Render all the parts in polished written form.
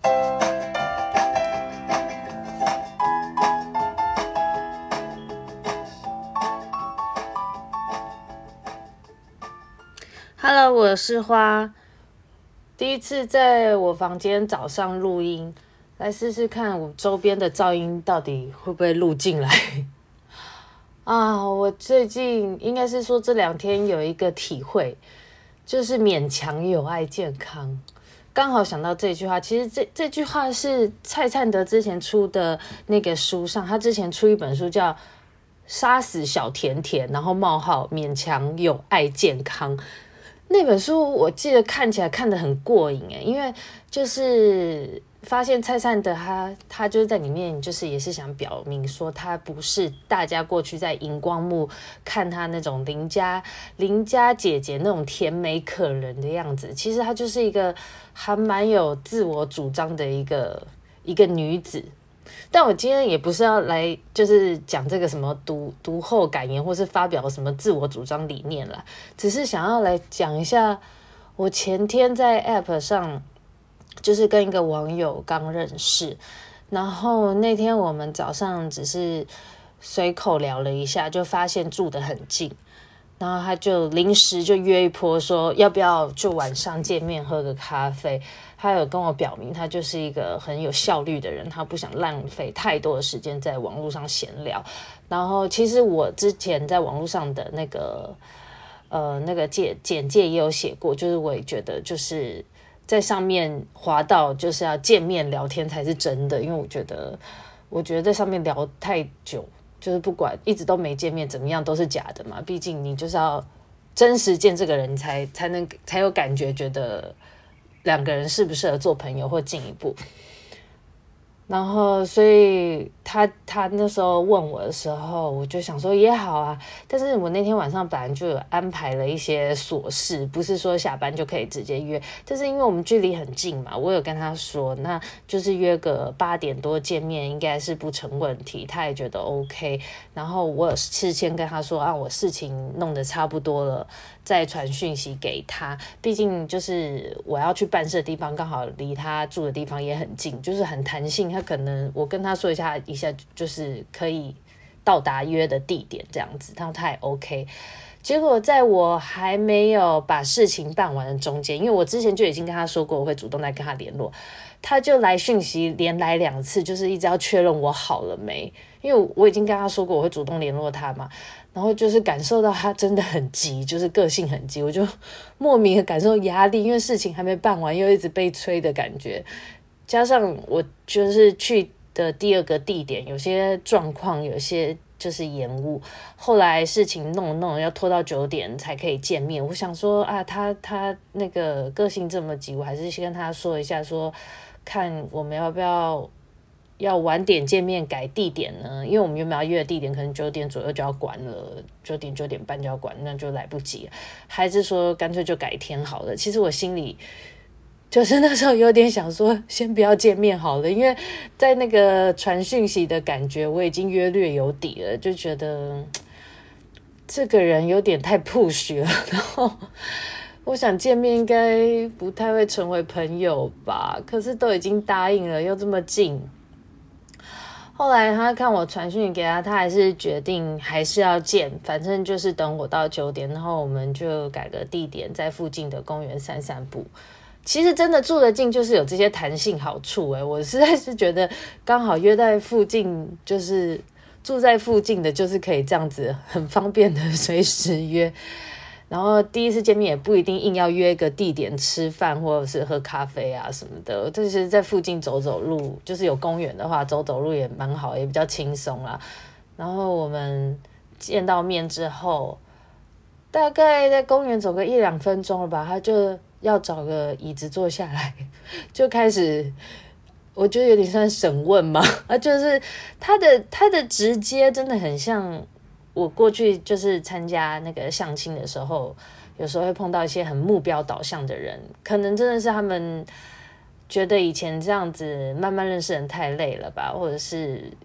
Hello， 我是花。第一次在我房间早上录音，来试试看我周边的噪音到底会不会录进来啊！我最近应该是说这2天有一个体会，就是勉强有爱健康。刚好想到这句话，其实这句话是蔡灿德之前出的那个书上，他之前出一本书叫《杀死小甜甜》，然后冒号勉强有爱健康。那本书我记得看起来看得很过瘾因为就是发现蔡灿德他就是在里面就是也是想表明说他不是大家过去在荧光幕看他那种邻家姐姐那种甜美可人的样子，其实他就是一个还蛮有自我主张的一个女子。但我今天也不是要来就是讲这个什么读后感言，或是发表什么自我主张理念啦，只是想要来讲一下，我前天在 App 上就是跟一个网友刚认识，然后那天我们早上只是随口聊了一下，就发现住得很近，然后他就临时就约一波说要不要就晚上见面喝个咖啡。他有跟我表明他就是一个很有效率的人，他不想浪费太多的时间在网络上闲聊。然后其实我之前在网络上的那个简介也有写过，就是我也觉得就是在上面滑到就是要见面聊天才是真的，因为我觉得在上面聊太久，就是不管一直都没见面怎么样都是假的嘛，毕竟你就是要真实见这个人才有感觉，觉得2个人适不适合做朋友或进一步。然后所以他那时候问我的时候，我就想说也好啊，但是我那天晚上本来就有安排了一些琐事，不是说下班就可以直接约，但是因为我们距离很近嘛，我有跟他说那就是约个8点多见面应该是不成问题，他也觉得 OK。 然后我有事先跟他说我事情弄得差不多了再传讯息给他，毕竟就是我要去办事的地方刚好离他住的地方也很近，就是很弹性，他可能我跟他说一下就是可以到达约的地点这样子，他也 OK。 结果在我还没有把事情办完的中间，因为我之前就已经跟他说过我会主动来跟他联络，他就来讯息连来2次，就是一直要确认我好了没，因为我已经跟他说过我会主动联络他嘛，然后就是感受到他真的很急，就是个性很急，我就莫名的感受压力，因为事情还没办完又一直被催的感觉，加上我就是去的第2个地点有些状况，有些就是延误，后来事情弄要拖到9点才可以见面。我想说他那个个性这么急，我还是先跟他说一下，说看我们要不要晚点见面改地点呢？因为我们原本要约的地点可能9点左右就要关了，9点半就要关，那就来不及了。还是说干脆就改天好了？其实我心里就是那时候有点想说先不要见面好了，因为在那个传讯息的感觉我已经约略有底了，就觉得这个人有点太 push 了，然后我想见面应该不太会成为朋友吧，可是都已经答应了又这么近。后来他看我传讯给他，他还是决定还是要见，反正就是等我到9点，然后我们就改个地点，在附近的公园散散步。其实真的住得近就是有这些弹性好处我实在是觉得刚好约在附近，就是住在附近的就是可以这样子很方便的随时约，然后第一次见面也不一定硬要约个地点吃饭或者是喝咖啡什么的，就是在附近走走路，就是有公园的话走走路也蛮好，也比较轻松啦。然后我们见到面之后大概在公园走个1-2分钟了吧，他就要找个椅子坐下来，就开始我觉得有点像审问嘛，就是他的直接真的很像我过去就是参加那个相亲的时候，有时候会碰到一些很目标导向的人，可能真的是他们觉得以前这样子慢慢认识人太累了吧，或者是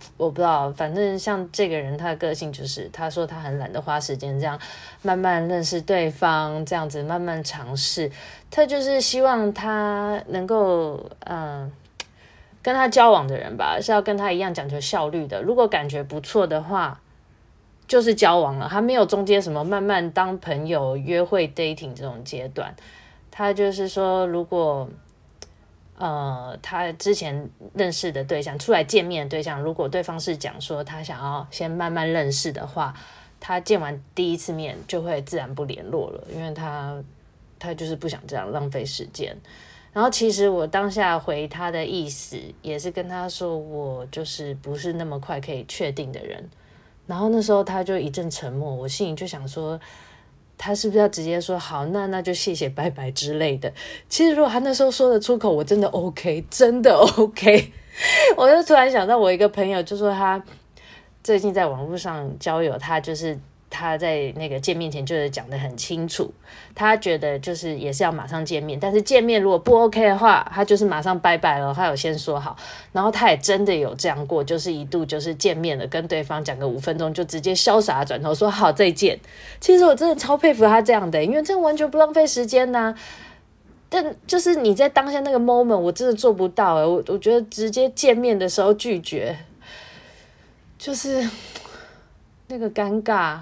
我不知道，反正像这个人，他的个性就是，他说他很懒得花时间这样慢慢认识对方，这样子慢慢尝试。他就是希望他能够，跟他交往的人吧，是要跟他一样讲求效率的。如果感觉不错的话，就是交往了，他没有中间什么慢慢当朋友、约会、dating 这种阶段。他就是说，如果他之前认识的对象出来见面的对象，如果对方是讲说他想要先慢慢认识的话，他见完第一次面就会自然不联络了，因为他就是不想这样浪费时间。然后其实我当下回他的意思也是跟他说，我就是不是那么快可以确定的人。然后那时候他就一阵沉默，我心里就想说，他是不是要直接说好，那就谢谢拜拜之类的。其实如果他那时候说得出口，我真的 OK， 真的 OK。我就突然想到，我一个朋友就说他最近在网络上交友，他在那个见面前就是讲得很清楚，他觉得就是也是要马上见面，但是见面如果不 OK 的话，他就是马上拜拜了，他有先说好。然后他也真的有这样过，就是一度就是见面了，跟对方讲个5分钟就直接潇洒转头说好再见。其实我真的超佩服他这样的，因为这样完全不浪费时间啊。但就是你在当下那个 moment 我真的做不到我觉得直接见面的时候拒绝，就是那个尴尬，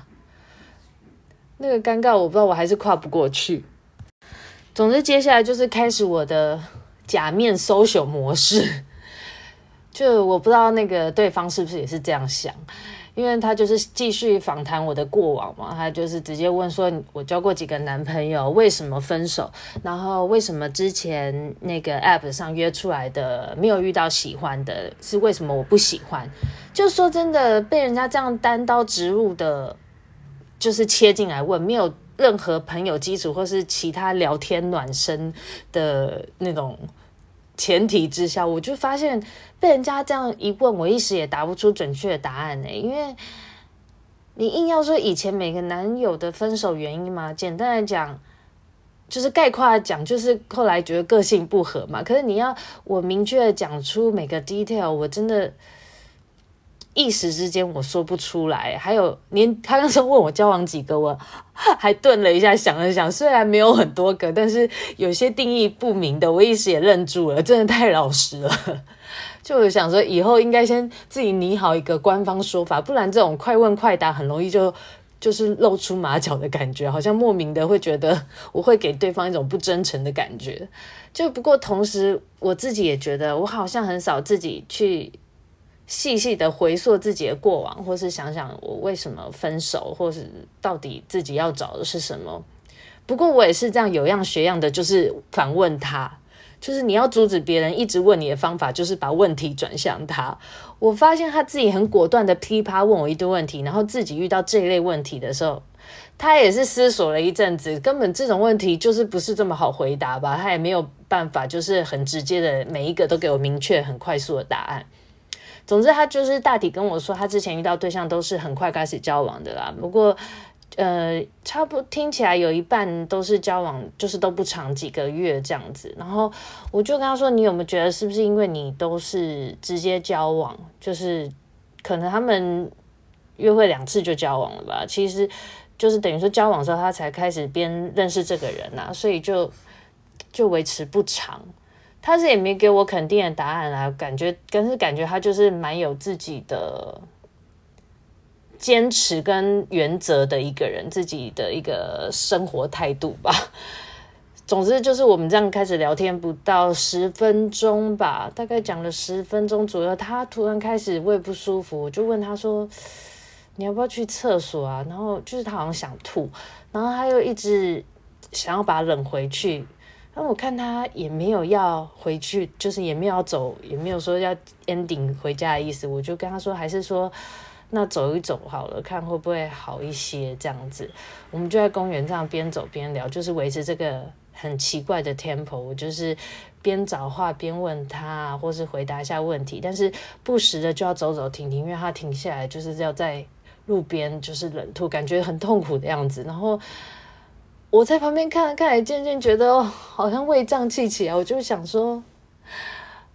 我不知道我还是跨不过去。总之接下来就是开始我的假面 social 模式，就我不知道那个对方是不是也是这样想，因为他就是继续访谈我的过往嘛，他就是直接问说我交过几个男朋友，为什么分手，然后为什么之前那个 app 上约出来的没有遇到喜欢的，是为什么我不喜欢。就说真的，被人家这样单刀直入的就是切进来问，没有任何朋友基础或是其他聊天暖身的那种前提之下，我就发现被人家这样一问，我一时也答不出准确的答案因为你硬要说以前每个男友的分手原因嘛，简单来讲就是概括的讲，就是后来觉得个性不合嘛。可是你要我明确的讲出每个 detail， 我真的一时之间我说不出来。还有他那时候问我交往几个，我还顿了一下，想了想，虽然没有很多个，但是有些定义不明的，我一时也愣住了，真的太老实了。就我想说以后应该先自己拟好一个官方说法，不然这种快问快答很容易就是露出马脚的感觉，好像莫名的会觉得我会给对方一种不真诚的感觉。就不过同时我自己也觉得我好像很少自己去细细的回溯自己的过往，或是想想我为什么分手，或是到底自己要找的是什么。不过我也是这样有样学样的，就是反问他，就是你要阻止别人一直问你的方法，就是把问题转向他。我发现他自己很果断的噼啪问我一堆问题，然后自己遇到这一类问题的时候，他也是思索了一阵子，根本这种问题就是不是这么好回答吧，他也没有办法就是很直接的每一个都给我明确很快速的答案。总之他就是大体跟我说他之前遇到对象都是很快开始交往的啦，不过差不多听起来有一半都是交往，就是都不长，几个月这样子。然后我就跟他说，你有没有觉得是不是因为你都是直接交往，就是可能他们约会2次就交往了吧，其实就是等于说交往的时候他才开始边认识这个人啊，所以就维持不长。他是也没给我肯定的答案啊，感觉他就是蛮有自己的坚持跟原则的一个人，自己的一个生活态度吧。总之就是我们这样开始聊天不到10分钟吧，大概讲了10分钟左右，他突然开始胃不舒服，我就问他说你要不要去厕所啊，然后就是他好像想吐，然后他又一直想要把他冷回去，然后我看他也没有要回去，就是也没有要走，也没有说要 ending 回家的意思，我就跟他说还是说那走一走好了，看会不会好一些这样子。我们就在公园这样边走边聊，就是维持这个很奇怪的 tempo， 我就是边找话边问他，或是回答一下问题，但是不时的就要走走停停，因为他停下来就是要在路边就是冷吐，感觉很痛苦的样子。然后我在旁边看，渐渐觉得好像胃胀气起来，我就想说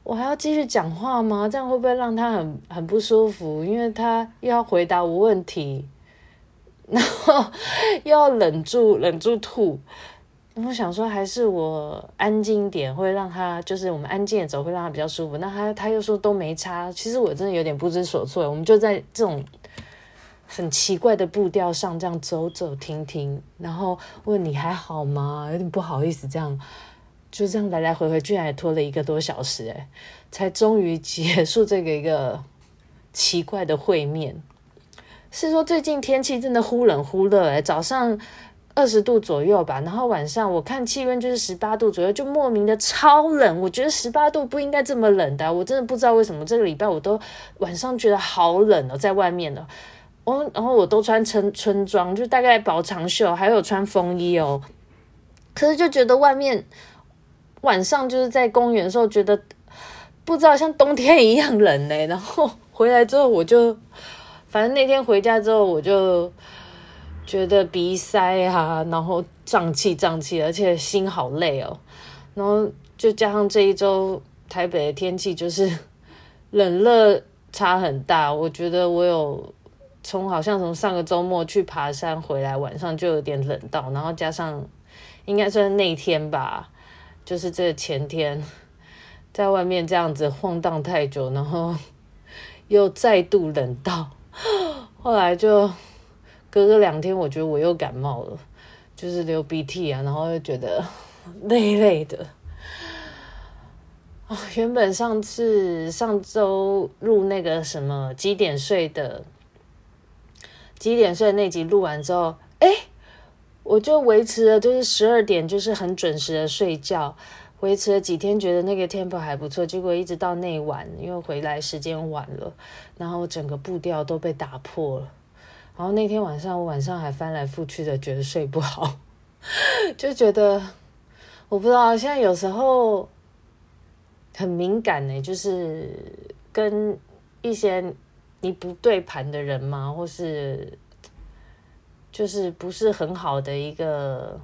我还要继续讲话吗？这样会不会让他很不舒服？因为他又要回答我问题，然后又要忍住吐。我想说，还是我安静一点，会让他就是我们安静的走，会让他比较舒服。那他又说都没差，其实我真的有点不知所措。我们就在这种很奇怪的步调上这样走走停停，然后问你还好吗？有点不好意思，这样就这样来来回回，居然也拖了1个多小时，才终于结束这个一个奇怪的会面。是说最近天气真的忽冷忽热，早上20度左右吧，然后晚上我看气温就是18度左右，就莫名的超冷。我觉得18度不应该这么冷的，我真的不知道为什么这个礼拜我都晚上觉得好冷哦，在外面的。然后我都穿春装，就大概薄长袖，还有穿风衣哦。可是就觉得外面晚上就是在公园的时候，觉得不知道像冬天一样冷然后回来之后反正那天回家之后我就觉得鼻塞啊，然后胀气，而且心好累哦。然后就加上这一周台北的天气就是冷热差很大，我觉得我有好像从上个周末去爬山回来，晚上就有点冷到，然后加上应该算是那天吧，就是这前天在外面这样子晃荡太久，然后又再度冷到，后来就隔个2天，我觉得我又感冒了，就是流鼻涕啊，然后又觉得累累的。原本上周录那个什么几点睡那集录完之后，我就维持了就是12点就是很准时的睡觉，维持了几天，觉得那个 tempo 还不错，结果一直到那晚，因为回来时间晚了，然后整个步调都被打破了。然后那天晚上，我晚上还翻来覆去的觉得睡不好，就觉得我不知道，现在有时候很敏感就是跟一些你不对盘的人嘛，或是就是不是很好的一个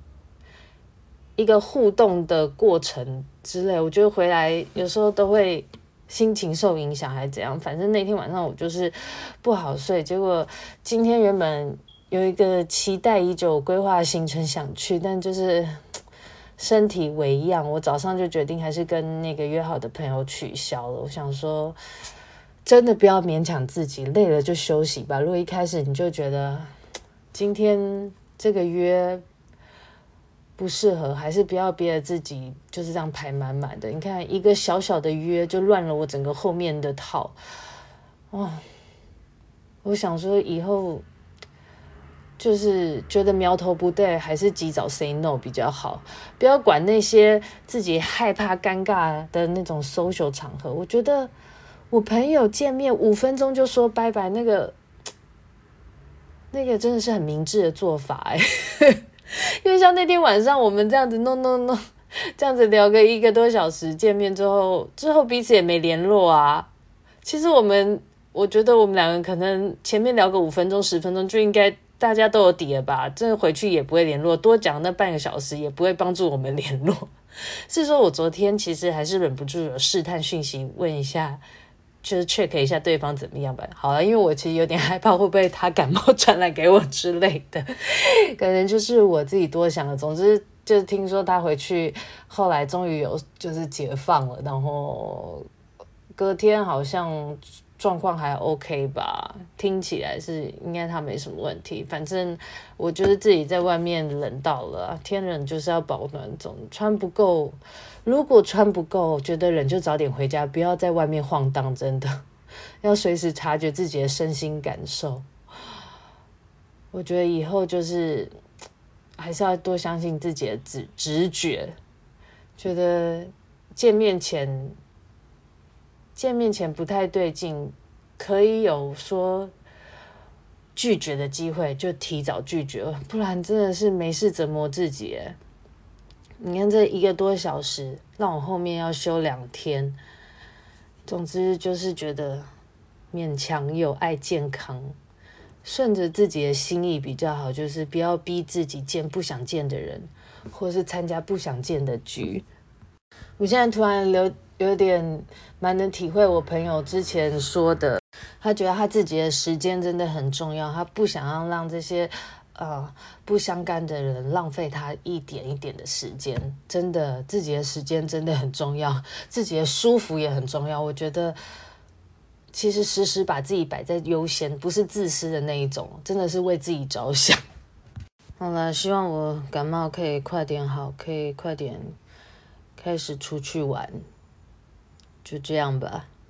互动的过程之类，我觉得回来有时候都会心情受影响还是怎样，反正那天晚上我就是不好睡，结果今天原本有一个期待已久规划的行程想去，但就是身体为恙，我早上就决定还是跟那个约好的朋友取消了。我想说真的不要勉强自己，累了就休息吧。如果一开始你就觉得今天这个约不适合，还是不要逼着自己就是这样排满满的。你看一个小小的约就乱了我整个后面的套。我想说以后就是觉得苗头不对，还是及早 say no 比较好，不要管那些自己害怕尴尬的那种 social 场合。我觉得我朋友见面5分钟就说拜拜，那个真的是很明智的做法因为像那天晚上我们这样子弄，这样子聊个1个多小时，见面之后彼此也没联络啊。其实我觉得我们2个可能前面聊个5分钟10分钟就应该大家都有底了吧，真的回去也不会联络，多讲那半个小时也不会帮助我们联络。是说我昨天其实还是忍不住有试探讯息问一下，就是 check 一下对方怎么样吧。好了，因为我其实有点害怕会不会他感冒传染给我之类的，可能就是我自己多想了。总之就是听说他回去后来终于有就是解放了，然后隔天好像状况还 OK 吧，听起来是应该他没什么问题。反正我就是自己在外面冷到了，天冷就是要保暖，如果穿不够觉得冷就早点回家，不要在外面晃荡，真的要随时察觉自己的身心感受。我觉得以后就是还是要多相信自己的直觉，觉得见面前不太对劲，可以有说拒绝的机会就提早拒绝，不然真的是没事折磨自己你看这1个多小时让我后面要休2天，总之就是觉得勉强有爱健康，顺着自己的心意比较好，就是不要逼自己见不想见的人，或是参加不想见的局。我现在突然有点蛮能体会我朋友之前说的，他觉得他自己的时间真的很重要，他不想要让这些不相干的人浪费他一点一点的时间。真的，自己的时间真的很重要，自己的舒服也很重要。我觉得其实时时把自己摆在优先，不是自私的那一种，真的是为自己着想。好了，希望我感冒可以快点好，可以快点开始出去玩，就这样吧。